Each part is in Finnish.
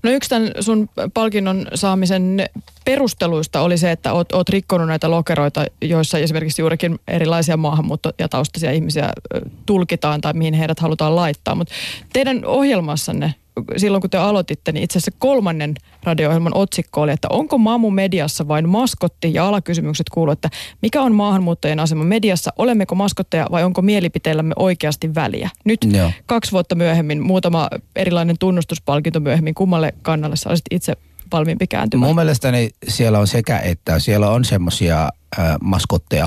No yksi tämän sun palkinnon saamisen perusteluista oli se, että oot rikkonut näitä lokeroita, joissa esimerkiksi juurikin erilaisia maahanmuutto- ja taustaisia ihmisiä tulkitaan tai mihin heidät halutaan laittaa. Mutta teidän ohjelmassanne, silloin kun te aloititte, niin itse asiassa 3. radio-ohjelman otsikko oli, että onko Mamu mediassa vain maskotti, ja alakysymykset kuuluu, että mikä on maahanmuuttajien asema mediassa, olemmeko maskotteja vai onko mielipiteillämme oikeasti väliä? Nyt 2 vuotta myöhemmin, muutama erilainen tunnustuspalkinto myöhemmin, kummalle kannalle sä olisit itse valmiimpi kääntymään? Mun mielestäni siellä on sekä, että siellä on semmoisia maskotteja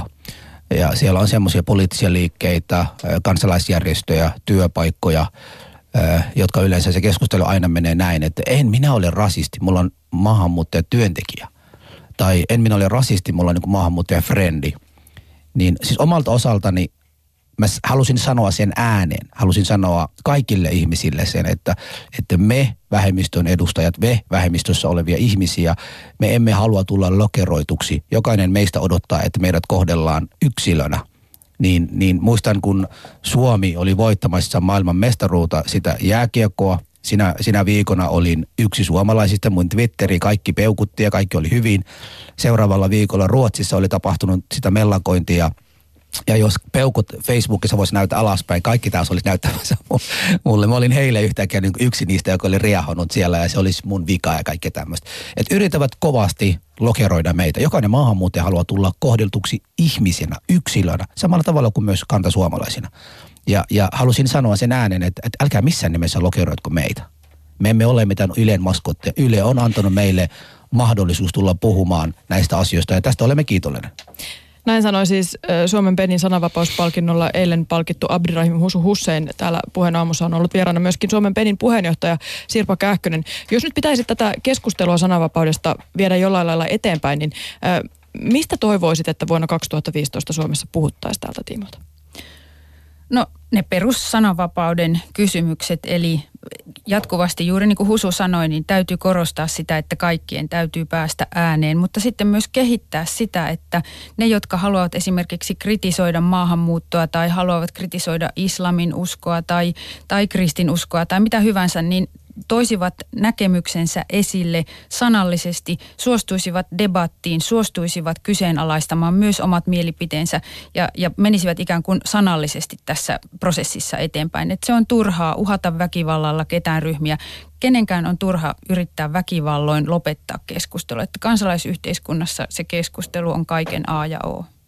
ja siellä on semmoisia poliittisia liikkeitä, kansalaisjärjestöjä, työpaikkoja, jotka yleensä se keskustelu aina menee näin, että en minä ole rasisti, mulla on maahanmuuttaja työntekijä. Tai en minä ole rasisti, mulla on niin kuin maahanmuuttaja frendi. Niin siis omalta osaltani mä halusin sanoa sen ääneen, halusin sanoa kaikille ihmisille sen, että me vähemmistön edustajat, me vähemmistössä olevia ihmisiä, me emme halua tulla lokeroituksi. Jokainen meistä odottaa, että meidät kohdellaan yksilönä. Niin muistan, kun Suomi oli voittamassa maailman mestaruutta sitä jääkiekkoa. Sinä viikona olin yksi suomalaisista, mun Twitteri, kaikki peukutti ja kaikki oli hyvin. Seuraavalla viikolla Ruotsissa oli tapahtunut sitä mellakointia. Ja jos peukut Facebookissa voisi näyttää alaspäin, kaikki taas olisi näyttämässä mulle. Mä olin heille yhtäkkiä niin yksi niistä, joka oli riehonnut siellä ja se olisi mun vika ja kaikkea tämmöistä. Että yrittävät kovasti lokeroida meitä. Jokainen maahanmuuttaja haluaa tulla kohdeltuksi ihmisenä, yksilönä, samalla tavalla kuin myös kantasuomalaisina. Ja halusin sanoa sen äänen, että älkää missään nimessä lokeroitko meitä. Me emme ole mitään Ylen maskotteja. Yle on antanut meille mahdollisuus tulla puhumaan näistä asioista ja tästä olemme kiitollinen. Näin sanoi siis Suomen Penin sananvapauspalkinnolla eilen palkittu Abdirahim Hussein. Täällä Puheen aamussa on ollut vieraana myöskin Suomen Penin puheenjohtaja Sirpa Kähkönen. Jos nyt pitäisi tätä keskustelua sananvapaudesta viedä jollain lailla eteenpäin, niin mistä toivoisit, että vuonna 2015 Suomessa puhuttaisiin tältä tiimolta? No ne perussananvapauden kysymykset, eli jatkuvasti juuri niin kuin Husu sanoi, niin täytyy korostaa sitä, että kaikkien täytyy päästä ääneen, mutta sitten myös kehittää sitä, että ne, jotka haluavat esimerkiksi kritisoida maahanmuuttoa tai haluavat kritisoida islamin uskoa tai kristinuskoa tai mitä hyvänsä, niin toisivat näkemyksensä esille sanallisesti, suostuisivat debattiin, suostuisivat kyseenalaistamaan myös omat mielipiteensä ja menisivät ikään kuin sanallisesti tässä prosessissa eteenpäin. Että se on turhaa uhata väkivallalla ketään ryhmiä. Kenenkään on turha yrittää väkivalloin lopettaa keskustelua. Että kansalaisyhteiskunnassa se keskustelu on kaiken A ja O.